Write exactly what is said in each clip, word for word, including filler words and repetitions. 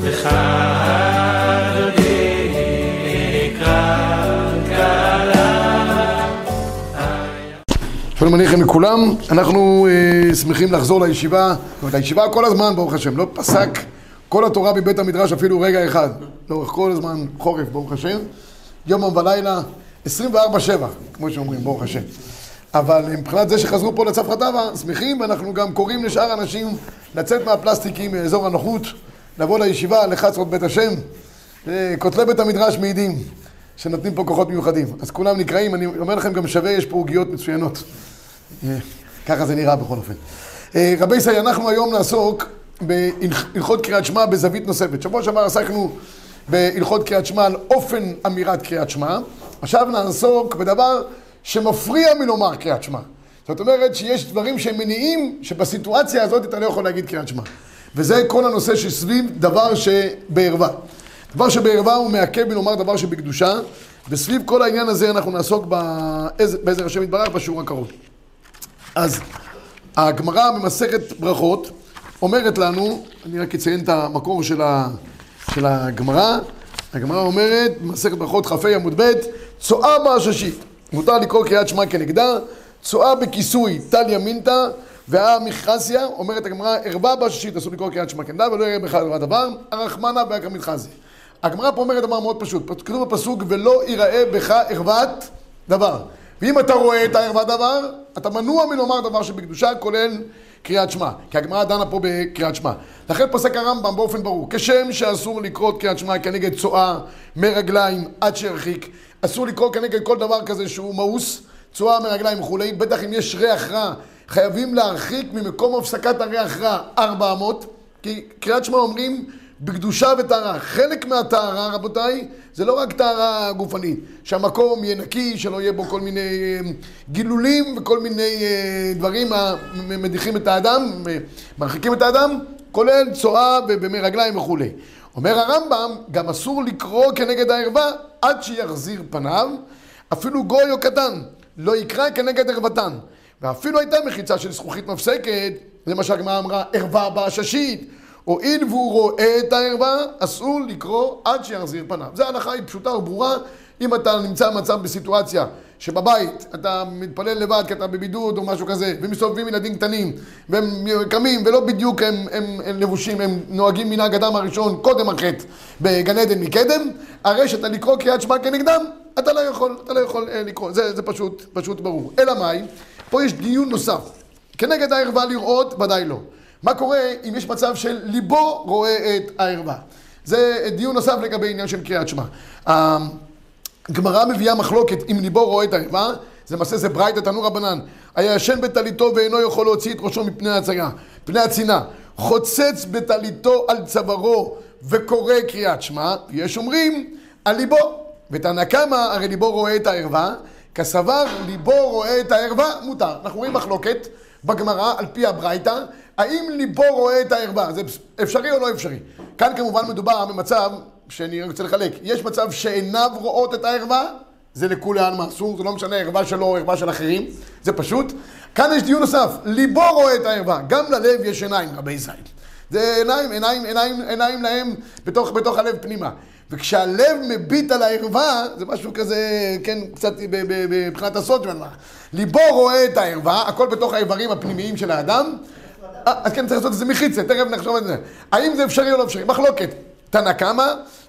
שלום עליכם לכולם, אנחנו אה, שמחים לחזור לישיבה, זאת אומרת, הישיבה כל הזמן, ברוך השם, לא פסק כל התורה בבית המדרש אפילו רגע אחד, לאורך כל הזמן חורף, ברוך השם, יום ולילה, עשרים וארבע שבע, כמו שאומרים, ברוך השם. אבל מבחינת זה שחזרו פה לצפרא טבא, שמחים, ואנחנו גם קוראים לשאר אנשים לצאת מהפלסטיקים מאזור הנוחות, לבוא לישיבה, לחצרות בית השם, כותלי בית המדרש מעידים שנותנים פה כוחות מיוחדים. אז כולם נקראים, אני אומר לכם גם שווה, יש פה עוגיות מצוינות. ככה זה נראה בכל אופן. רבי ישראל, אנחנו היום נעסוק בהלכות קריאת שמע בזווית נוספת. שבוע שעבר עסקנו בהלכות קריאת שמע על אופן אמירת קריאת שמע. עכשיו נעסוק בדבר שמפריע מלומר קריאת שמע. זאת אומרת שיש דברים שהם מניעים שבסיטואציה הזאת אתה לא יכול להגיד קריאת שמע. וזה כל הנושא שסביב דבר שבערווה. דבר שבערווה הוא מעכב מלומר דבר שבקדושה, וסביב כל העניין הזה אנחנו נעסוק בעזר השם יתברך בשיעור הקרוב. אז הגמרא במסכת ברכות אומרת לנו, אני רק אציין את המקור של, ה, של הגמרא, הגמרא אומרת במסכת ברכות כ"ה עמוד ב', צואה בעששית, מותר לקרוא קריאת שמע כנגדה, צואה בכיסוי טל ימינתא, והמכרסיה אומרת הגמרא, ערווה בעששית, אסור לקרוא קריאת שמע כנגדה ולא יראה בכלל דבר, הרחמנה באקרא מתחזי. הגמרא פה אומרת דבר מאוד פשוט, כתוב בפסוק ולא ייראה בך ערוות דבר. ואם אתה רואה את הערוות דבר, אתה מנוע מלומר דבר שבקדושה כולל קריאת שמע. כי הגמרא דנה פה בקריאת שמע. לכן פוסק הרמב"ם באופן ברור, כשם שאסור לקרוא קריאת שמע כנגד צואה מרגליים עד שירחיק, אסור לקרוא כנגד כל דבר כזה שהוא מאוס, צואה מרגליים וכולי, בטח אם יש ריח רע, חייבים להרחיק ממקום הפסקת הריח רע ארבע מאות, כי קריאת שמע אומרים בקדושה וטהרה. חלק מהטהרה, רבותיי, זה לא רק טהרה גופנית, שהמקום יהיה נקי, שלא יהיה בו כל מיני גילולים וכל מיני דברים מדיחים את האדם, מרחיקים את האדם, כולל צואה ובמרגליים וכו'. אומר הרמב"ם, גם אסור לקרוא כנגד הערווה עד שיחזיר פניו, אפילו גוי או קטן, לא יקרא כנגד ערוותן. ואפילו הייתה מחיצה של זכוכית מפסקת, זה מה שהגמרא אמרה, ערווה בעששית, הואיל והוא רואה את הערווה, אסור לקרוא עד שיחזיר פניו. זו ההלכה היא פשוטה וברורה. אם אתה נמצא במצב בסיטואציה שבבית אתה מתפלל לבד כי אתה בבידוד או משהו כזה, ומסתובבים ילדים קטנים, והם קמים ולא בדיוק הם, הם, הם לבושים, הם נוהגים מנהג אדם הראשון קודם החטא בגן עדן מקדם, הרי שאתה לקרוא קריאת שמע כנגדם, אתה לא יכול, אתה לא יכול אה, לקרוא. זה, זה פשוט, פשוט ברור. אלא מאי? פה יש דיון נוסף. כנגד הערווה לראות, ודאי לא. מה קורה אם יש מצב של ליבו רואה את הערווה? זה דיון נוסף לגבי עניין של קריאת שמע. הגמרא מביאה מחלוקת אם ליבו רואה את הערווה, זה מעשה זה ברייתא תנו רבנן, היה ישן בטליתו ואינו יכול להוציא את ראשו מפני הצגה, פני הצינה, חוצץ בטליתו על צווארו וקורא קריאת שמע, יש אומרים על ליבו, ותנא קמא הרי ליבו רואה את הערווה, כסבר ליבו רואה את הערווה מותר. אנחנו רואים מחלוקת בגמרא על פי הברייתא, האם ליבו רואה את הערווה? זה אפשרי או לא אפשרי? כאן כמובן מדובר במצב שאני רוצה לחלק. יש מצב שעיניו רואות את הערווה, זה לכולי עלמא אסור, זה לא משנה ערווה שלו או ערווה של אחרים, זה פשוט. כאן יש דיון נוסף, ליבו רואה את הערווה, גם ללב יש עיניים, רבי ישראל. זה עיניים, עיניים, עיניים, עיניים להם בתוך, בתוך הלב פנימה. וכשהלב מביט על הערווה, זה משהו כזה, כן, קצת מבחינת הסוד, ליבו רואה את הערווה, הכל בתוך האיברים הפנימיים של האדם, אז כן, צריך לעשות איזה מחיצה, תכף נחשוב על זה. האם זה אפשרי או לא אפשרי? מחלוקת. תנא קמא,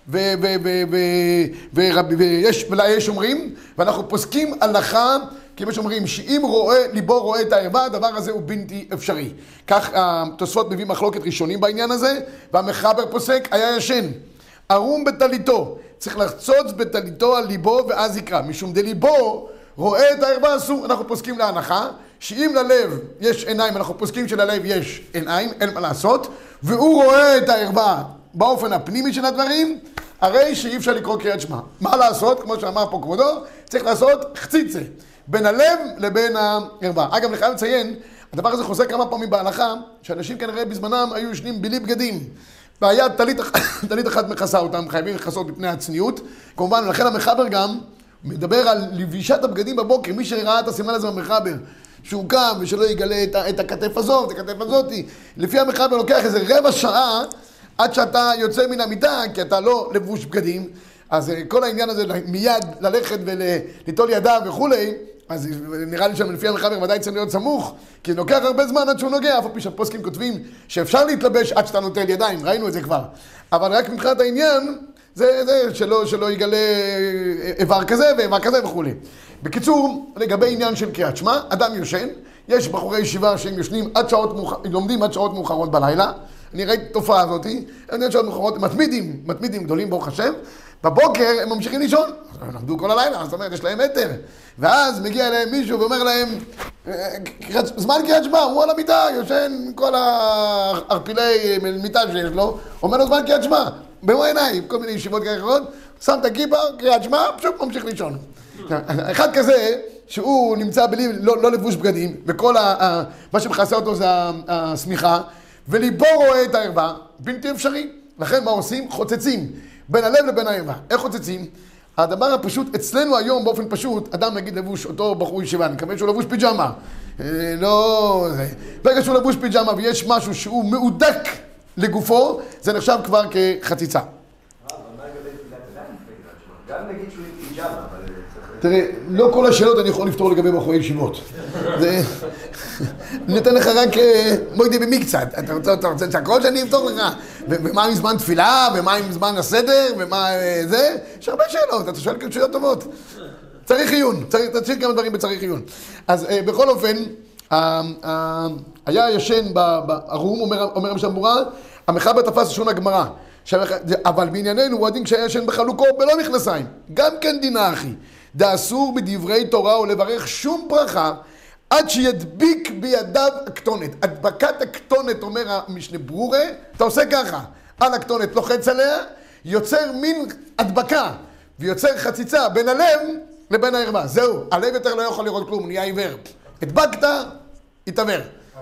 ויש אומרים, ואנחנו פוסקים הלכה, כי יש אומרים שאם ליבו רואה את הערווה, הדבר הזה הוא בלתי אפשרי. כך התוספות מביא מחלוקת ראשונים בעניין הזה, והמחבר פוסק היה ישן, ערום בטליתו, צריך לחצוץ בטליתו על ליבו ואז יקרא. משום דליבו רואה את הערווה אסור, אנחנו פוסקים להנחה, שאם ללב יש עיניים, אנחנו פוסקים שללב יש עיניים, אין מה לעשות, והוא רואה את הערווה באופן הפנימי של הדברים, הרי שאי אפשר לקרוא קריאת שמע. מה לעשות? כמו שאמר פה כבודו, צריך לעשות חציצה, בין הלב לבין הערווה. אגב, אני חייב לציין, הדבר הזה חוזר כמה פעמים בהלכה, שאנשים כנראה בזמנם היו ישנים בלי בגדים, והיה טלית אחת מכסה אותם, חייבים לכסות בפני הצניעות. כמובן, לכן המחבר גם מדבר על לבישת הבגדים בבוקר, מי שראה את הסימן הזה במחבר, שהוא קם ושלא יגלה את, את הכתף הזאת, את הכתף הזאת. לפי המחבר לוקח איזה רבע שעה עד שאתה יוצא מן המיטה, כי אתה לא לבוש בגדים, אז כל העניין הזה מיד ללכת וליטול ידיו וכולי, אז נראה לי שלפי המחבר ודאי צריך להיות סמוך, כי לוקח הרבה זמן עד שהוא נוגע, אף על פי שהפוסקים כותבים שאפשר להתלבש עד שאתה נוטל ידיים, ראינו את זה כבר. אבל רק מבחינת העניין, זה, זה שלא, שלא יגלה איבר כזה ואיבר כזה וכולי. בקיצור, לגבי עניין של קריאת שמע, אדם יושן, יש בחורי ישיבה שהם יושנים עד שעות מאוחרות, לומדים עד שעות מאוחרות בלילה. אני ראיתי את התופעה הזאת, הם יודעים שעות מאוחרות, הם מתמידים, מתמידים גדולים ברוך השם. בבוקר הם ממשיכים לישון, הם למדו כל הלילה, זאת אומרת, יש להם מטר. ואז מגיע אליהם מישהו ואומר להם, זמן קריאת שמע, הוא על המיטה, יושן כל הערפילי מיטה שיש לו, אומר לו זמן קריאת שמע, במו עיניים, כל מיני ישיבות כאלה אחרות, שם את הכיפה, קריאת שמע, פשוט ממשיך לישון. אחד כזה, שהוא נמצא בלי, לא, לא לבוש בגדים, וכל ה, ה, מה שמכסה אותו זה השמיכה, וליבו רואה את הערווה, בלתי אפשרי. לכן מה עושים? חוצצים. בין הלב לבין הערווה. איך חוצצים? הדבר הפשוט, אצלנו היום באופן פשוט, אדם נגיד לבוש אותו בחור ישיבה, אני מקווה שהוא לבוש פיג'מה. אה, לא... זה. ברגע שהוא לבוש פיג'מה ויש משהו שהוא מעודק לגופו, זה נחשב כבר כחציצה. גם נגיד שהוא פיג'מה, אבל... תראה, לא כל השאלות אני יכול לפתור לגבי בחורי ישיבות. זה... אני נותן לך רק מוידי במקצת. אתה רוצה, אתה רוצה שהכל שאני אפתור לך? ומה עם זמן תפילה, ומה עם זמן הסדר, ומה זה? יש הרבה שאלות, אתה שואל שאלות טובות. צריך עיון, תציל כמה דברים בצריך עיון. אז בכל אופן, היה ישן בערום, אומר המשנה ברורה, המחבר תפס לשון הגמרא. אבל בענייננו הוא הדין כשהיה ישן בחלוקו בלא מכנסיים. גם כן דינה אחי. דאסור בדברי תורה או לברך שום ברכה עד שידביק בידיו הקטונת. הדבקת הקטונת, אומר המשנה ברורה, אתה עושה ככה, על הקטונת לוחץ עליה, יוצר מין הדבקה ויוצר חציצה בין הלב לבין הערווה. זהו, הלב יותר לא יכול לראות כלום, נהיה עיוור. הדבקת, התעוור.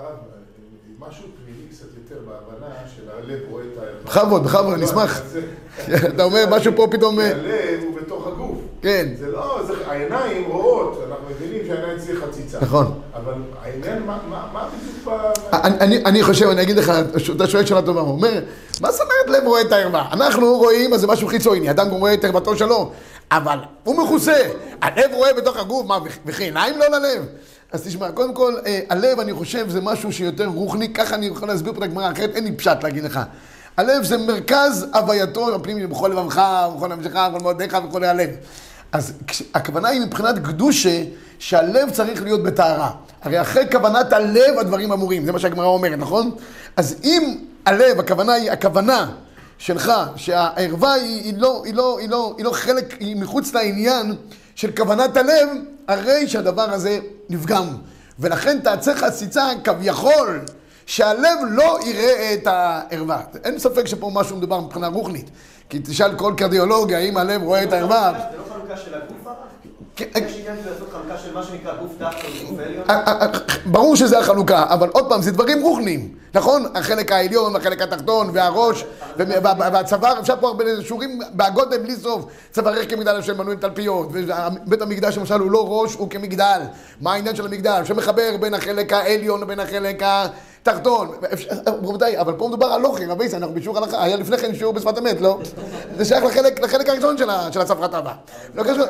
משהו פנימי קצת יותר בהבנה של הלב רואה את הערווה. בכבוד, בכבוד, נשמח. אתה אומר משהו פה פתאום... הלב הוא בתוך הגוף. כן. זה לא, העיניים רואות, אנחנו מבינים שהעיניים צריך חציצה. נכון. אבל העניין, מה בדיוק ב... אני חושב, אני אגיד לך, אתה שואל שאלה טובה, הוא אומר, מה זאת אומרת לב רואה את הערווה? אנחנו רואים, אז זה משהו חיצוני, אדם גם רואה את ערוותו שלו, אבל הוא מכוסה. הלב רואה בתוך הגוף, מה, וכי עיניים לא ללב? אז תשמע, קודם כל, הלב, אני חושב, זה משהו שיותר רוחני, ככה אני יכול להסביר פה את הגמרא, אחרת אין לי פשט להגיד לך. הלב זה מרכז הווייתו הפנימי, בכל לבבך, בכל נפשך, בכל מאודיך וכל הלב. אז הכוונה היא מבחינת קדושה, שהלב צריך להיות בטהרה. הרי אחרי כוונת הלב הדברים אמורים, זה מה שהגמרא אומרת, נכון? אז אם הלב, הכוונה היא, הכוונה שלך, שהערווה היא, היא, לא, היא, לא, היא, לא, היא לא חלק, היא מחוץ לעניין של כוונת הלב, הרי שהדבר הזה נפגם. ולכן תעצה חציצה כביכול, שהלב לא יראה את הערווה. אין ספק שפה משהו מדובר מבחינה רוחנית. כי תשאל כל קרדיולוג, האם הלב רואה את הערווה? זה לא חלוקה של הגוף הרב? יש עניין לעשות חלוקה של מה שנקרא גוף תחתון וגוף עליון? ברור שזה החלוקה, אבל עוד פעם, זה דברים רוחניים. נכון? החלק העליון, החלק התחתון, והראש, והצוואר, אפשר פה הרבה שורים בהגות בלי סוף. צווארך כמגדל השם בנוי עם תלפיות, ובית המקדש למשל הוא לא ראש, הוא כמגדל. מה העניין של המגדל? שמחבר בין החלק העליון ובין החלק התחתון. רבותיי, אבל פה מדובר על לוחי, רבי, אנחנו בשיעור הלכה, היה לפני כן שיעור בשפת אמת, לא? זה שייך לחלק הראשון של הצפרת הבא. לא קשור.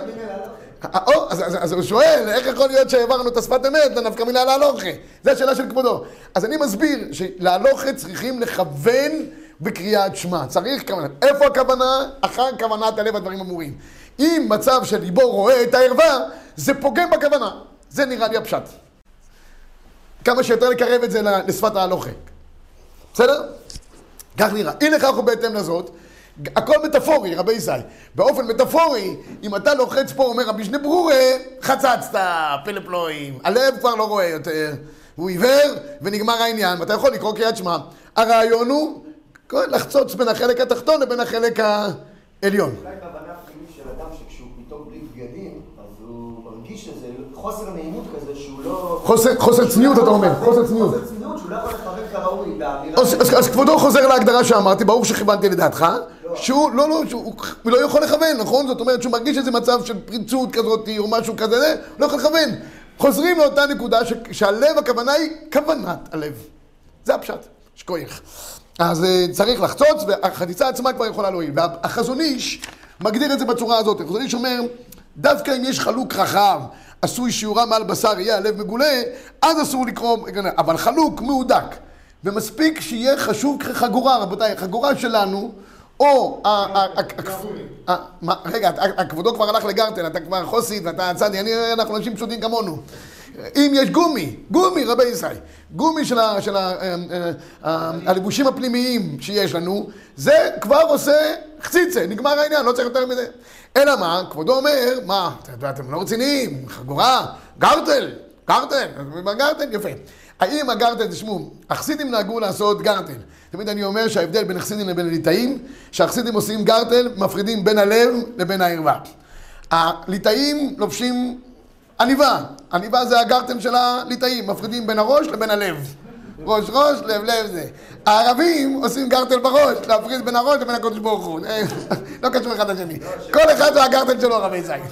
אז הוא שואל, איך יכול להיות שהעברנו את השפת אמת לנפקא מינה להלוכה? זו השאלה של כבודו. אז אני מסביר שלהלוכה צריכים לכוון בקריאת שמע. צריך כוונה. איפה הכוונה? אחר כוונת הלב הדברים אמורים. אם מצב של ליבו רואה את הערווה, זה פוגם בכוונה. זה נראה לי הפשט. כמה שיותר לקרב את זה לשפת ההלוכה. בסדר? כך נראה. אי לכך ובהתאם לזאת, הכל מטאפורי, רבי ישי. באופן מטאפורי, אם אתה לוחץ פה, אומר רבי שני ברורה, חצצת, פלפלואים. הלב כבר לא רואה יותר. הוא עיוור ונגמר העניין. ואתה יכול לקרוא קריאת שמע. הרעיון הוא לחצוץ בין החלק התחתון לבין החלק העליון. אולי בהבנה פנימית של אדם שכשהוא פתאום בלי בגדים, אז הוא מרגיש שזה חוסר נעימות כזה שהוא לא... חוסר צניעות אתה אומר, חוסר צניעות. חוסר צניעות שהוא לא יכול לכוון כראוי באמירה... אז כבודו חוזר להגדרה שאמרתי, ברור שכיוונתי לדעתך, שהוא לא, לא, שהוא לא יכול לכוון, נכון? זאת אומרת שהוא מרגיש איזה מצב של פריצות כזאת או משהו כזה, לא יכול לכוון. חוזרים לאותה נקודה שהלב, הכוונה היא כוונת הלב. זה הפשט, שכוייך. אז צריך לחצוץ, והחציצה עצמה כבר יכולה להועיל. והחזון איש מגדיר את זה בצורה הזאת. החזון איש אומר, דווקא אם יש חלוק רחב, עשוי שיעורה מעל בשר, יהיה הלב מגולה, אז אסור לקרוא, אבל חלוק מהודק. ומספיק שיהיה חשוב כחגורה, רבותיי, חגורה שלנו, או... רגע, הכבודו כבר הלך לגרטל, אתה כבר חוסית ואתה צדי, אנחנו אנשים פשוטים כמונו. אם יש גומי, גומי רבי ישראל, גומי של הלבושים הפנימיים שיש לנו, זה כבר עושה חציצה, נגמר העניין, לא צריך יותר מזה. אלא מה? כבודו אומר, מה, אתם לא רציניים, חגורה, גרטל, גרטל, גרטל, יפה. האם הגרטל, תשמעו, החסידים נהגו לעשות גרטל. תמיד אני אומר שההבדל בין החסידים לבין הליטאים, שהחסידים עושים גרטל, מפרידים בין הלב לבין הערווה. הליטאים לובשים עניבה. עניבה זה הגרטל של הליטאים, מפרידים בין הראש לבין הלב. ראש ראש, לב לב זה. הערבים עושים גרטל בראש, להפריד בין הראש לבין הקודש ברוך הוא. לא קשור אחד לשני. כל אחד והגרטל שלו, רבי ישראל.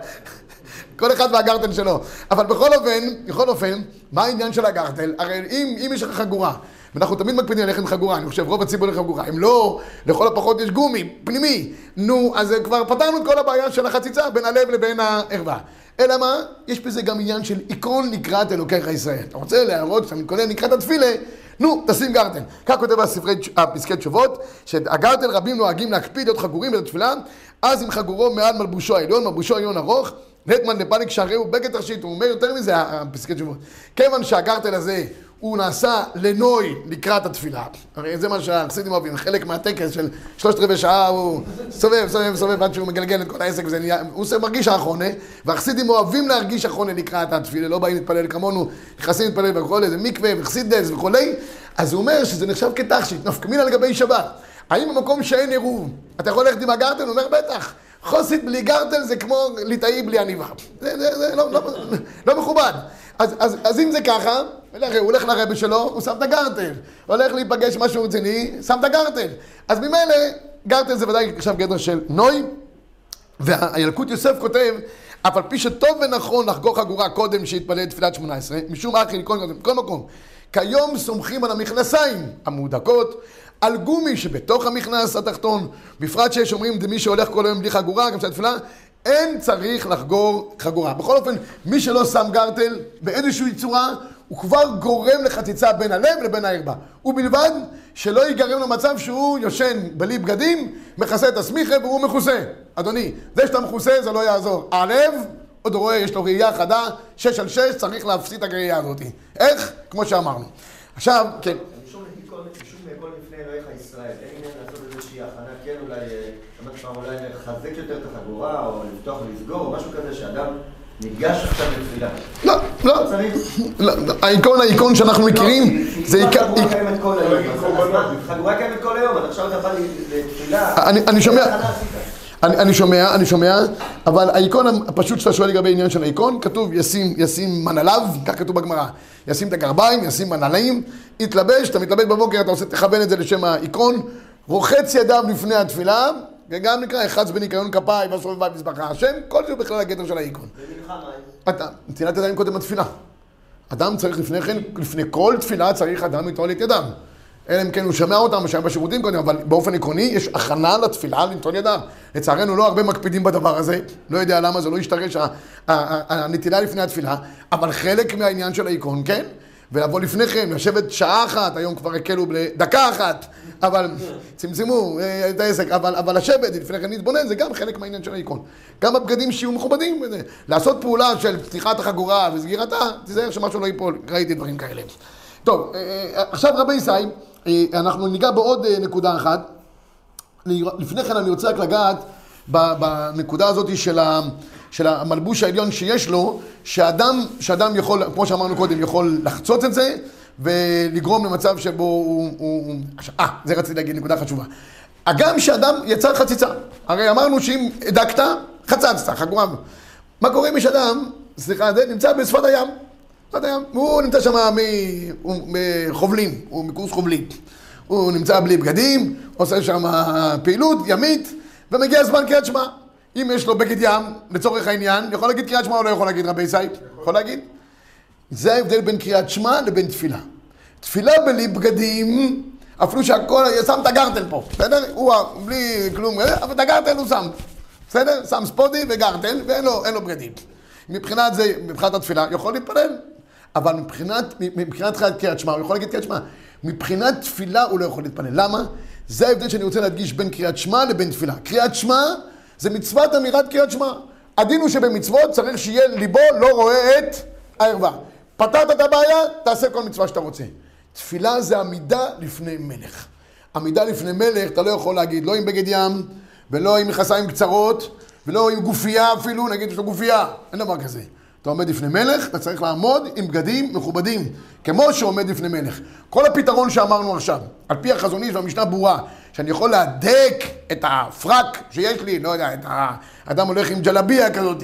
כל אחד והגרטל שלו. אבל בכל אופן, בכל אופן, מה העניין של הגרטל? הרי אם, אם יש לך חגורה, ואנחנו תמיד מקפידים ללכת עם חגורה, אני חושב, רוב הציבור לחגורה, אם לא, לכל הפחות יש גומי, פנימי, נו, אז כבר פתרנו את כל הבעיה של החציצה בין הלב לבין הערווה. אלא מה? יש בזה גם עניין של עקרון לקראת אלוקיך ישראל. אתה רוצה להראות שאתה מתכונן לקראת התפילה, נו, תשים גרטל. כך כותב בספרי פסקי תשובות, שהגרטל רבים נוהגים להקפיד להיות חגורים בתפילה, אז עם חגורו מעל מלבושו העליון, מלבושו העליון ארוך, נטמן לפניק שעריהו בגד תכשיט, הוא אומר יותר מזה, הפסקי תשובות. כיוון שהגרטל הזה הוא נעשה לנוי לקראת התפילה. הרי זה מה שהחסידים אוהבים, חלק מהטקס של שלושת רבעי שעה הוא סובב, סובב, סובב עד שהוא מגלגל את כל העסק וזה נהיה, הוא עושה מרגיש האחרונה, והחסידים אוהבים להרגיש האחרונה לקראת התפילה, לא באים להתפלל כמונו, נכנסים להתפלל וכל איזה מקווה וחסידס וכולי, אז הוא אומר שזה נחשב כתכשיט, נפקמינה לגבי שבת. האם במקום שאין עירוב, אתה יכול ללכת עם הגרטל? הוא אומר בטח. חוסית בלי גרטל זה כמו ליטאי בלי עניבה. זה, זה, זה לא, לא, לא מכובד. אז, אז, אז אם זה ככה, הוא הולך לרבי שלו, הוא שם את הגרטל. הולך להיפגש משהו רציני, שם את הגרטל. אז ממילא, גרטל זה ודאי עכשיו גדר של נוי, והילקוט יוסף כותב, אף על פי שטוב ונכון לחגור חגורה קודם שהתפלל תפילת שמונה עשרה, משום אחי לכל כל מקום. כיום סומכים על המכנסיים המהודקות, על גומי שבתוך המכנס התחתון, בפרט שיש אומרים, מי שהולך כל היום בלי חגורה, גם של התפילה, אין צריך לחגור חגורה. בכל אופן, מי שלא שם גרטל באיזושהי צורה, הוא כבר גורם לחציצה בין הלב לבין הערווה. ובלבד שלא ייגרם למצב שהוא יושן בלי בגדים, מכסה את הסמיכה והוא מכוסה. אדוני, זה שאתה מכוסה זה לא יעזור. הלב, עוד רואה, יש לו ראייה חדה, שש על שש, צריך להפסיד את הראייה הזאת. איך? כמו שאמרנו. עכשיו, כן. שום מכל לפני אלוהיך ישראל, אין עניין לעשות איזושהי הכנה, כן אולי, אולי לחזק יותר את החגורה, או לפתוח ולסגור, או משהו כזה שאדם ניגש עכשיו לתפילה. לא, לא. לא, האיקון, האיקון שאנחנו מכירים, זה איקון... חגורה קיימת כל היום, חגורה קיימת כל היום, אז עכשיו אתה בא לתפילה, אני שומע... אני, אני שומע, אני שומע, אבל האיקון הפשוט שאתה שואל לגבי העניין של האיקון, כתוב ישים, ישים מנעליו, כך כתוב בגמרא, ישים את הגרביים, ישים מנעליים, יתלבש, אתה מתלבש בבוקר, אתה עושה, תכוון את זה לשם האיקון, רוחץ ידיו לפני התפילה, וגם נקרא אחד בניקיון כפיים, וסובב במזבח השם, כל זה בכלל הגדר של האיקון. ומלחמה. אתה, נטילת ידיים קודם התפילה. אדם צריך לפני כן, לפני כל תפילה צריך אדם לטול את ידיו. אלא אם כן הוא שמע אותם, שהיה בשירותים קודם, אבל באופן עקרוני יש הכנה לתפילה לנטול ידיו. לצערנו לא הרבה מקפידים בדבר הזה, לא יודע למה זה לא ישתרש הנטילה לפני התפילה, אבל חלק מהעניין של האיקון, כן? ולבוא לפניכם, לשבת שעה אחת, היום כבר הקלו בדקה אחת, אבל צמצמו את העסק, אבל, אבל לשבת לפניכם להתבונן, זה גם חלק מהעניין של האיקון. גם הבגדים שיהיו מכובדים, לעשות פעולה של פתיחת החגורה וסגירתה, תזהר שמשהו לא ייפול, ראיתי דברים כאלה. טוב, עכשיו רבי ישראל, אנחנו ניגע בעוד נקודה אחת. לפני כן אני רוצה רק לגעת בנקודה הזאת של, ה, של המלבוש העליון שיש לו, שאדם, שאדם יכול, כמו שאמרנו קודם, יכול לחצות את זה ולגרום למצב שבו הוא... הוא אה, זה רציתי להגיד, נקודה חשובה. הגם שאדם יצר חציצה. הרי אמרנו שאם הדקת, חצצת, חגורה. מה קורה אם יש אדם, סליחה, זה נמצא בשפת הים. בשפת הים. הוא נמצא שם מחובלים, הוא מקורס חובלים. הוא נמצא בלי בגדים, עושה שם פעילות ימית, ומגיע זמן קריאת שמע. אם יש לו בגד ים, לצורך העניין, יכול להגיד קריאת שמע או לא יכול להגיד רבי ישראל? יכול להגיד? זה ההבדל בין קריאת שמע לבין תפילה. תפילה בלי בגדים, אפילו שהכל, שם את הגרטל פה, בסדר? הוא בלי כלום, אבל את הגרטל הוא שם, בסדר? שם ספודי וגרטל, ואין לו, אין לו בגדים. מבחינת זה, מבחינת התפילה, יכול להתפלל. אבל מבחינת, מבחינת קריאת שמע, הוא יכול להגיד קריאת שמע. מבחינת תפילה הוא לא יכול להתפלל. למה? זה ההבדל שאני רוצה להדגיש בין קריאת שמע לבין תפילה. קריאת שמע זה מצוות אמירת קריאת שמע. הדין הוא שבמצוות צריך שיהיה ליבו לא רואה את הערווה. פתרת את הבעיה, תעשה כל מצווה שאתה רוצה. תפילה זה עמידה לפני מלך. עמידה לפני מלך, אתה לא יכול להגיד, לא עם בגד ים, ולא עם מכסיים קצרות, ולא עם גופייה אפילו, נגיד יש לו גופייה. אין דבר כזה. אתה עומד לפני מלך, אתה צריך לעמוד עם בגדים מכובדים, כמו שעומד לפני מלך. כל הפתרון שאמרנו עכשיו, על פי החזון איש והמשנה ברורה, שאני יכול להדק את הפרק שיש לי, לא יודע, את האדם הולך עם ג'לביה כזאת,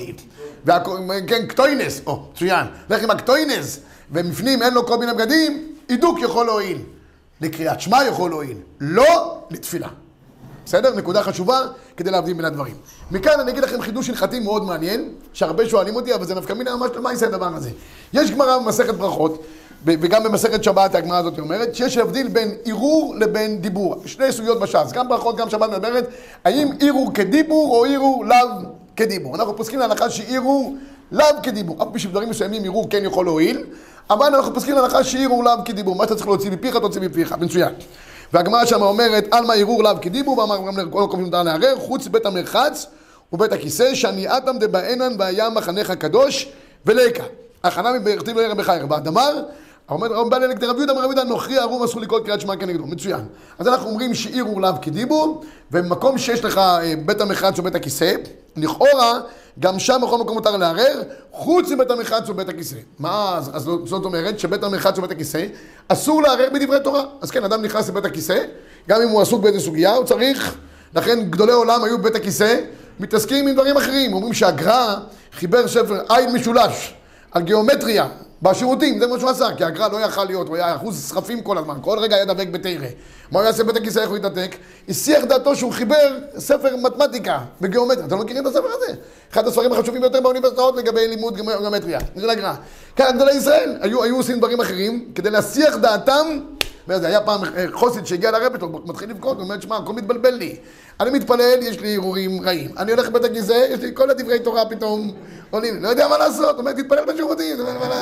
כן, קטוינס, או, מצוין, הולך עם הקטוינס, ומפנים אין לו כל מיני בגדים, עידוק יכול להועיל. לקריאת שמע יכול להועיל, לא לתפילה. בסדר? נקודה חשובה כדי להבדיל בין הדברים. מכאן אני אגיד לכם חידוש הלכתי מאוד מעניין, שהרבה שואלים אותי, אבל זה נפקא מינה ממש למה יעשה הדבר הזה. יש גמרא במסכת ברכות, וגם במסכת שבת הגמרא הזאת אומרת, שיש הבדיל בין ערעור לבין דיבור. שני סוגיות בש"ס, גם ברכות, גם שבת מדברת, האם ערעור כדיבור או ערעור לאו כדיבור. אנחנו פוסקים להלכה שערעור לאו כדיבור. אף בשביל דברים מסוימים ערעור כן יכול להועיל, אבל אנחנו פוסקים להלכה שערעור לאו כדיבור. מה שאתה צריך להוציא מפיך, תוציא מפיך. מצוין. והגמרא שם אומרת, על מה ערעור לאו כדיבור, ואמר גם לכל הקובעים מותר לערער, חוץ בית המרחץ ובית הכיסא, שניעתם דבעינן והיה מחנך הקדוש ולקה. הכנה מברכתיו לערב בחייר. והדמר, אומר רמב"ן אלקטר רב יהודה, אמר רב יהודה, נוכרי ערום אסור לקרוא קריאת שמע כנגדו. מצוין. אז אנחנו אומרים שערעור לאו כדיבור, ובמקום שיש לך בית המרחץ ובית הכיסא, לכאורה, גם שם בכל מקום מותר לערער, חוץ מבית המרחץ ובית הכיסא. מה, אז, אז זאת אומרת שבית המרחץ ובית הכיסא אסור לערער בדברי תורה. אז כן, אדם נכנס לבית הכיסא, גם אם הוא עסוק באיזה סוגיה, הוא צריך, לכן גדולי עולם היו בבית הכיסא, מתעסקים עם דברים אחרים. אומרים שהגר"א חיבר ספר עין משולש על גיאומטריה בשירותים, זה מה שהוא עשה, כי הגר"א לא יכל להיות, הוא היה אחוז סחפים כל הזמן, כל רגע היה דבק בתרא. מה הוא יעשה בית הכיסא, איך הוא יתעתק? הסיח דעתו שהוא חיבר ספר מתמטיקה בגיאומטריה. אתם לא מכירים את הספר הזה? אחד הספרים החשובים ביותר באוניברסיטאות לגבי לימוד גיאומטריה. זה לגר"א. כאן גדולי ישראל היו, היו עושים דברים אחרים כדי להסיח דעתם. וזה היה פעם חוסית שהגיע לרבי שלו, מתחיל לבכות, הוא אומר, שמע, הכל מתבלבל לי. אני מתפלל, יש לי הרהורים רעים. אני הולך לבית הכיסא, יש לי כל הדברי תורה פתאום עולים. לא יודע מה לעשות, הוא אומר, תתפלל בשירותים.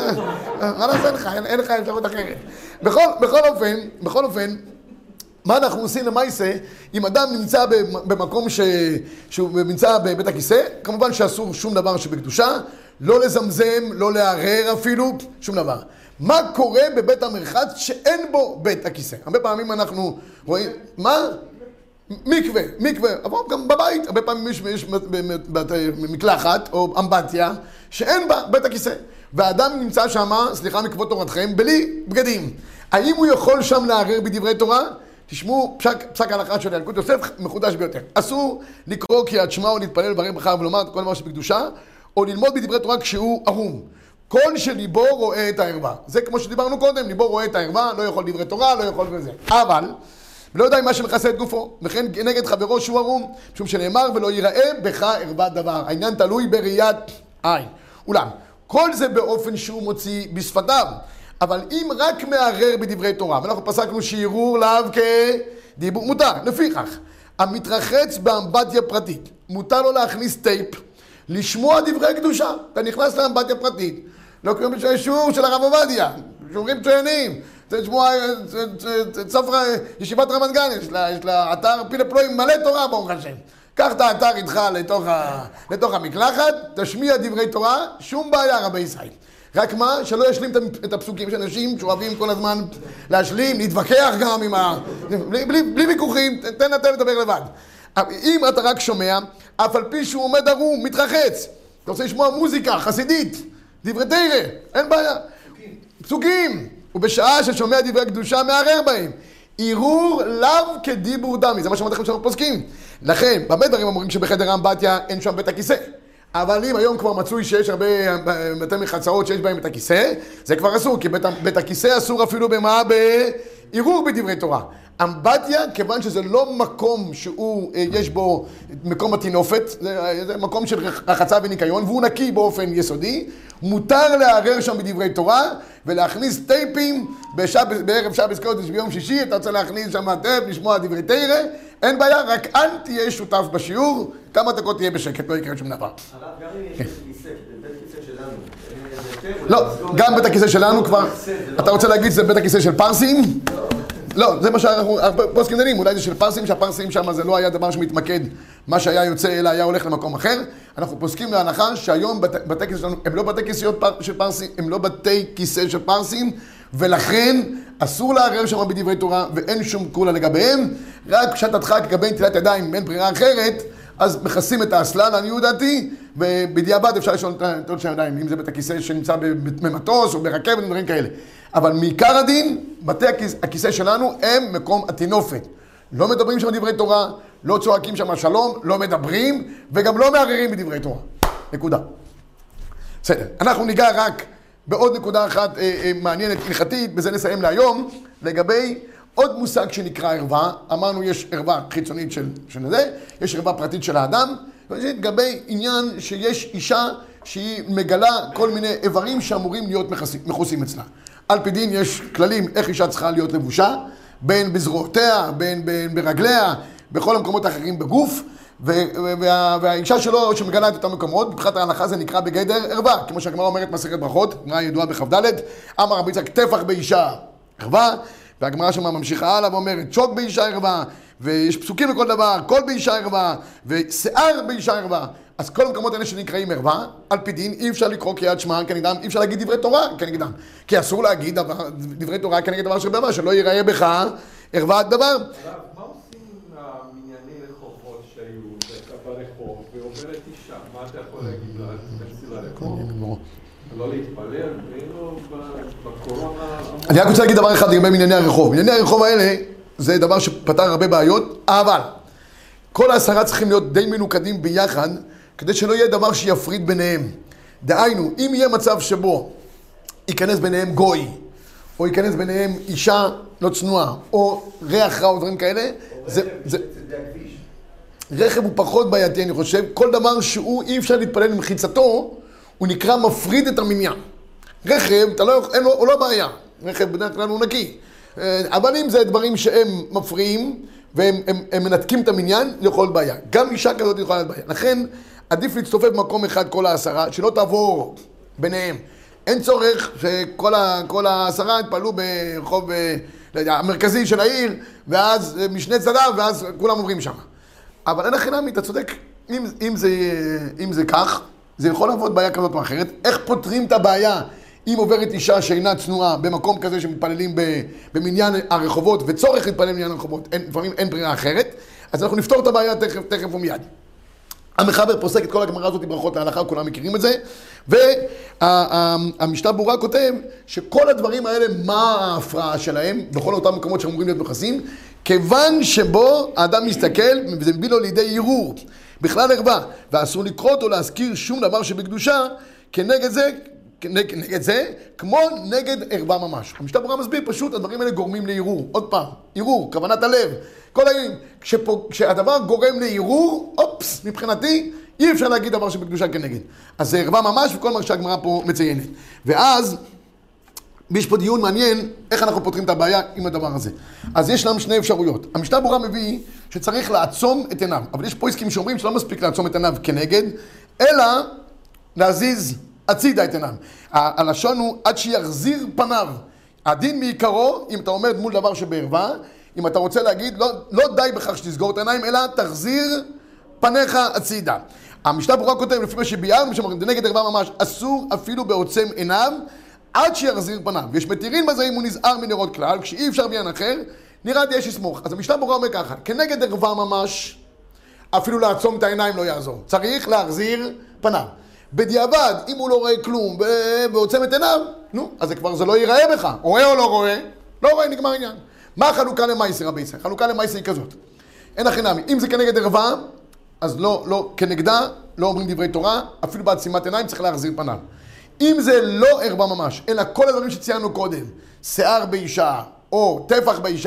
מה לעשות לך? אין לך אפשרות אחרת. בכל אופן, בכל אופן, מה אנחנו עושים למעשה, אם אדם נמצא במקום שהוא נמצא בבית הכיסא, כמובן שאסור שום דבר שבקדושה, לא לזמזם, לא לערער אפילו, שום דבר. מה קורה בבית המרחץ שאין בו בית הכיסא? הרבה פעמים אנחנו רואים, מה? מקווה, מקווה, אבל גם בבית, הרבה פעמים יש, יש מקלחת או אמבטיה שאין בה בית הכיסא. והאדם נמצא שם, סליחה מכבוד תורתכם, בלי בגדים. האם הוא יכול שם לערער בדברי תורה? תשמעו, פסק, פסק ההלכה של ילקוט יוסף מחודש ביותר. אסור לקרוא קריאת שמע או להתפלל ברך בחר ולומר כל דבר שבקדושה, או ללמוד בדברי תורה כשהוא ערום. כל שליבו רואה את הערווה. זה כמו שדיברנו קודם, ליבו רואה את הערווה, לא יכול דברי תורה, לא יכול וזה. אבל, ולא יודע מה שמכסה את גופו, וכן נגד חברו שהוא ערום, משום שנאמר ולא ייראה בך ערווה דבר. העניין תלוי בראיית עין. אולם, כל זה באופן שהוא מוציא בשפתיו. אבל אם רק מערער בדברי תורה, ואנחנו פסקנו שערעור לאו כדיבור, מותר, לפיכך, המתרחץ באמבטיה פרטית, מותר לו להכניס טייפ, לשמוע דברי קדושה. אתה נכנס לאמבטיה פרטית, לא כמו שיעור של הרב עובדיה, שיעורים מצוינים, תשמוע, ספר ישיבת רמת גן, יש לה, יש לה אתר פילה פלואים מלא תורה ברוך השם. קח את האתר איתך לתוך, ה, לתוך המקלחת, תשמיע דברי תורה, שום בעיה רבי ישראל. רק מה? שלא ישלים את הפסוקים. יש אנשים שאוהבים כל הזמן להשלים, להתווכח גם עם ה... בלי, בלי, בלי ויכוחים, תן אתה לדבר לבד. אם אתה רק שומע, אף על פי שהוא עומד ערום, מתרחץ, אתה רוצה לשמוע מוזיקה חסידית, דברי תורה, אין בעיה. פסוקים. פסוקים. ובשעה ששומע דברי קדושה מערער בהם. ערעור לאו כדיבור דמי, זה מה שאמרתי לכם שאנחנו פוסקים. לכן, במה דברים אומרים שבחדר האמבטיה אין שם בית הכיסא? אבל אם היום כבר מצוי שיש הרבה בתי מחצאות שיש בהם את הכיסא, זה כבר אסור, כי בית, בית הכיסא אסור אפילו במה? בערעור בדברי תורה. אמבטיה, כיוון שזה לא מקום שהוא, יש בו מקום התינופת, זה, זה מקום של רחצה וניקיון, והוא נקי באופן יסודי, מותר לערער שם בדברי תורה, ולהכניס טייפים בשב, בערב שבת קודש ביום שישי, אתה רוצה להכניס שם טייפ, לשמוע דברי תורה, אין בעיה, רק אל תהיה שותף בשיעור, כמה דקות תהיה בשקט, לא יקרה שום דבר. הרב, גם אם יש כיסא, בית הכיסא שלנו, לא, גם בית הכיסא שלנו כבר, אתה רוצה להגיד שזה בית הכיסא של פרסים? לא, זה מה שאנחנו פוסקים דנים, אולי זה של פרסים, שהפרסים שם זה לא היה דבר שמתמקד, מה שהיה יוצא אלא היה הולך למקום אחר. אנחנו פוסקים להנחה שהיום בתי כיסא שלנו הם לא בתי כיסאות של פרסים, הם לא בתי כיסא של פרסים, ולכן אסור לערער שם בדברי תורה ואין שום קולה לגביהם, רק פשט לגבי נטילת ידיים, אם אין ברירה אחרת, אז מכסים את האסלה, לעניות דעתי, ובדיעבד אפשר לשאול את עוד שני ידיים, אם זה בית הכיסא שנמצא במטוס או ברכבת ודברים כאלה. אבל מעיקר הדין, בתי הכיסא, הכיסא שלנו הם מקום התינופת. לא מדברים שם דברי תורה, לא צועקים שם שלום, לא מדברים, וגם לא מערערים בדברי תורה. נקודה. בסדר, אנחנו ניגע רק בעוד נקודה אחת אה, אה, מעניינת הלכתית, בזה נסיים להיום, לגבי עוד מושג שנקרא ערווה. אמרנו יש ערווה חיצונית של, של זה, יש ערווה פרטית של האדם, לגבי עניין שיש אישה שהיא מגלה כל מיני איברים שאמורים להיות מכוסים אצלה. על פי דין יש כללים איך אישה צריכה להיות לבושה, בין בזרועותיה, בין, בין ברגליה, בכל המקומות האחרים בגוף, וה, והאישה שלו שמגלה את אותם מקומות, מבחינת ההלכה זה נקרא בגדר ערווה, כמו שהגמרא אומרת מסכת ברכות, גמרא ידועה בכ"ד, אמר רבי יצחק טפח באישה ערווה, והגמרא שם ממשיכה הלאה ואומרת שוק באישה ערווה, ויש פסוקים לכל דבר, קול באישה ערווה, ושיער באישה ערווה. אז כל המקומות האלה שנקראים ערווה, על פי דין אי אפשר לקרוא קריאת שמע כנגדם, אי אפשר להגיד דברי תורה כנגדם, כי אסור להגיד דבר, דברי תורה כנגד דבר שבעבר, שלא ייראה בך ערוות דבר. מה עושים המנייני רחובות שהיו ברחוב ועוברת אישה? מה אתה יכול להגיד לה? תכנסי לרחוב? לא להתפלל, ואילו בקורונה... אני רק רוצה להגיד דבר אחד לגבי מנייני הרחוב. מנייני הרחוב האלה זה דבר שפתר הרבה בעיות, אבל כל העשרה צריכים להיות די מנוקדים ביחד, כדי שלא יהיה דבר שיפריד ביניהם. דהיינו, אם יהיה מצב שבו ייכנס ביניהם גוי, או ייכנס ביניהם אישה לא צנועה, או ריח רע או דברים כאלה, זה... זה... רכב הוא פחות בעייתי, אני חושב. כל דבר שהוא אי אפשר להתפלל עם חיצתו, הוא נקרא מפריד את המניין. רכב, אתה לא, אין לו, הוא לא בעיה. רכב בדרך כלל הוא נקי. אבל אם זה דברים שהם מפריעים, והם הם, הם מנתקים את המניין, זה יכול להיות בעיה. גם אישה כזאת יכולה להיות בעיה. לכן, עדיף להצטופף במקום אחד כל העשרה, שלא תעבור ביניהם. אין צורך שכל ה, כל העשרה יתפעלו ברחוב המרכזי של העיר, ואז משני צדיו, ואז כולם עוברים שם. אבל אין החינמי, אתה צודק, אם, אם, זה, אם זה כך, זה יכול לעבוד בעיה כזאת או אחרת. איך פותרים את הבעיה אם עוברת אישה שאינה צנועה במקום כזה שמתפללים במניין הרחובות, וצורך להתפלל במניין הרחובות, אין, לפעמים אין ברירה אחרת, אז אנחנו נפתור את הבעיה תכף, תכף ומיד. המחבר פוסק את כל הגמרא הזאת ברכות להלכה, כולם מכירים את זה, והמשנה ברורה כותב שכל הדברים האלה, מה ההפרעה שלהם, בכל אותם מקומות שאמורים להיות מכסים, כיוון שבו האדם מסתכל, וזה מביא לו לידי ערעור, בכלל ערווה, ואסור לקרוא אותו להזכיר שום דבר שבקדושה, כנגד זה, כנגד, נגד זה, כמו נגד ערווה ממש. המשנה ברורה מסביר פשוט, הדברים האלה גורמים לערעור. עוד פעם, ערעור, כוונת הלב. כל העניין, כשפה, כשהדבר גורם לערעור, אופס, מבחינתי, אי אפשר להגיד דבר שבקדושה כנגד. אז זה ערווה ממש, וכל מה שהגמרא פה מציינת. ואז, יש פה דיון מעניין, איך אנחנו פותרים את הבעיה עם הדבר הזה. אז יש להם שני אפשרויות. המשנה ברורה מביא שצריך לעצום את עיניו. אבל יש פה עסקים שאומרים שלא מספיק לעצום את עיניו כנגד, אלא להזיז הצידה את עיניו. הלשון הוא עד שיחזיר פניו. הדין מעיקרו, אם אתה עומד מול דבר שבערווה, אם אתה רוצה להגיד, לא, לא די בכך שתסגור את העיניים, אלא תחזיר פניך הצידה. המשנה ברורה כותב, לפי מה שביארנו, שאומרים, זה נגד ערווה ממש, אסור אפילו בעוצם עיניו, עד שיחזיר פניו. ויש מתירים בזה אם הוא נזהר מנרות כלל, כשאי אפשר בעניין אחר, נראה די יש לסמוך. אז המשנה ברורה אומר ככה, כנגד ערווה ממש, אפילו לעצום את העיניים לא יעזור. צריך להחזיר פניו. בדיעבד, אם הוא לא רואה כלום ועוצם את עיניו, נו, אז זה כבר זה לא ייראה בך. רואה או לא רואה? לא רואה, נגמר העניין. מה החלוקה למייסר, רבי יצחק? חלוקה למייסר היא כזאת. אין החינמי. אם זה כנגד ערווה, אז לא, לא, כנגדה, לא אומרים דברי תורה, אפילו בעצימת עיניים צריך להחזיר פניו. אם זה לא ערווה ממש, אלא כל הדברים שציינו קודם, שיער באישה, או טפח באישה,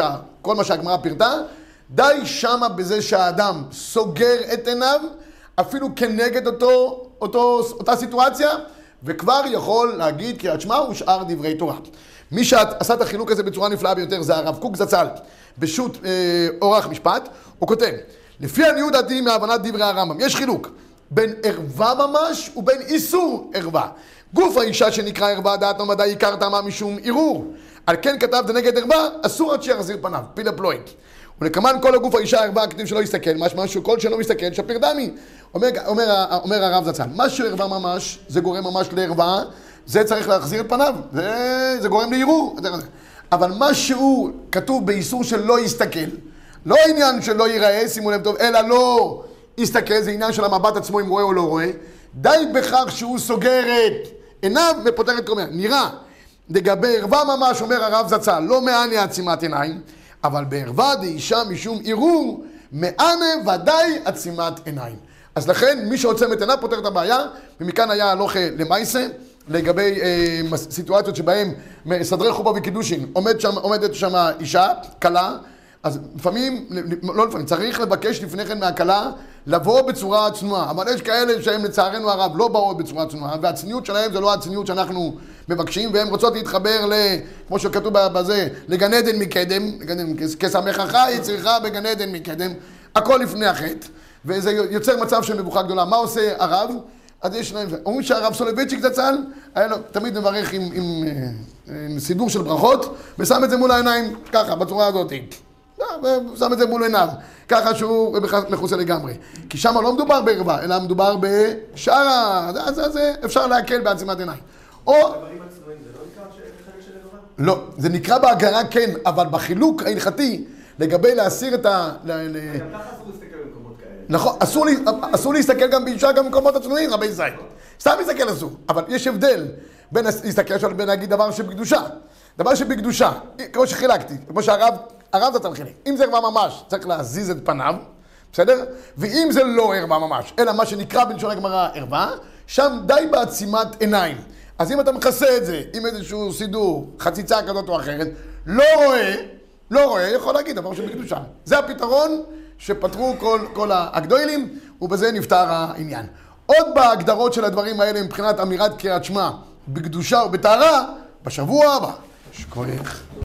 כל מה שהגמרא פירטה, די שמה בזה שהאדם סוגר את עיניו, אפילו כנגד אותו, אותו, אותה סיטואציה, וכבר יכול להגיד קריאת שמע ושאר דברי תורה. מי שעשה את החילוק הזה בצורה נפלאה ביותר זה הרב קוק זצ"ל, בשו"ת אה, אורח משפט, הוא כותב, לפי עניות דעתי מהבנת דברי הרמב"ם, יש חילוק בין ערווה ממש ובין איסור ערווה. גוף האישה שנקרא ערווה דעת נומדה עיקר טעמה משום ערעור. על כן כתב דנגד ערווה, אסור עד שיחזיר פניו, פילה פלויד. ולכמן כל הגוף האישה ערווה כתוב שלא יסתכל, משמע שכל שלא מסתכל שפיר דמי. אומר, אומר, אומר הרב זצ"ל, משהו ערווה ממש, זה גורם ממש לערווה, זה צריך להחזיר את פניו, זה, זה גורם לערעור. אבל משהו כתוב באיסור של לא יסתכל, לא עניין של לא ייראה, שימו לב טוב, אלא לא יסתכל, זה עניין של המבט עצמו אם רואה או לא רואה, די בכך שהוא סוגר את עיניו ופותר את קומיה. נראה, לגבי ערווה ממש, אומר הרב זצ"ל, לא מענה עצימת עיניים, אבל בערווה דאישה משום ערעור, מענה ודאי עצימת עיניים. אז לכן, מי שעוצם את עיניו פותר את הבעיה, ומכאן היה הלוך למעשה, לגבי אה, סיטואציות שבהם סדרי חופה וקידושין, עומד שם, עומדת שם אישה, כלה, אז לפעמים, לא לפעמים, צריך לבקש לפני כן מהכלה לבוא בצורה צנועה. אבל יש כאלה שהם לצערנו הרב לא באות בצורה צנועה, והצניעות שלהם זה לא הצניעות שאנחנו מבקשים, והם רוצות להתחבר, ל, כמו שכתוב בזה, לגן עדן מקדם, כשמחך היא צריכה בגן עדן מקדם, הכל לפני החטא, וזה יוצר מצב של מבוכה גדולה. מה עושה הרב? אז יש שניים, אומרים שהרב סולובייצ'יק זצ"ל, היה לו תמיד מברך עם, עם, עם סידור של ברכות, ושם את זה מול העיניים, ככה, בצורה הזאת. ושם את זה מול עיניו, ככה שהוא מכוסה לגמרי. כי שם לא מדובר בערווה, אלא מדובר בשערה, אז, אז אפשר להקל בעצימת עיניים. או... הדברים הצנועים זה לא נקרא חלק של ערווה? לא, זה נקרא בהגרה כן, אבל בחילוק ההלכתי, לגבי להסיר את ה... גם ככה אסור להסתכל במקומות כאלה. נכון, אסור, אסור להסתכל גם באישה, גם במקומות הצנועים, רבי ישראל. סתם להסתכל אסור, אבל יש הבדל בין להסתכל שם לבין להגיד דבר שבקדושה. דבר שבקדושה, כמו שחילקתי, כמו שהרב, הרב זצ"ל חילק. אם זה ערווה ממש, צריך להזיז את פניו, בסדר? ואם זה לא ערווה ממש, אלא מה שנקרא בלשון הגמרא ערווה, שם די בעצימת עיניים. אז אם אתה מכסה את זה עם איזשהו סידור, חציצה כזאת או אחרת, לא רואה, לא רואה, יכול להגיד דבר שבקדושה. זה הפתרון שפתרו כל, כל הגדולים, ובזה נפתר העניין. עוד בהגדרות של הדברים האלה מבחינת אמירת קריאת שמע בקדושה ובטהרה, בשבוע הבא. שכוח.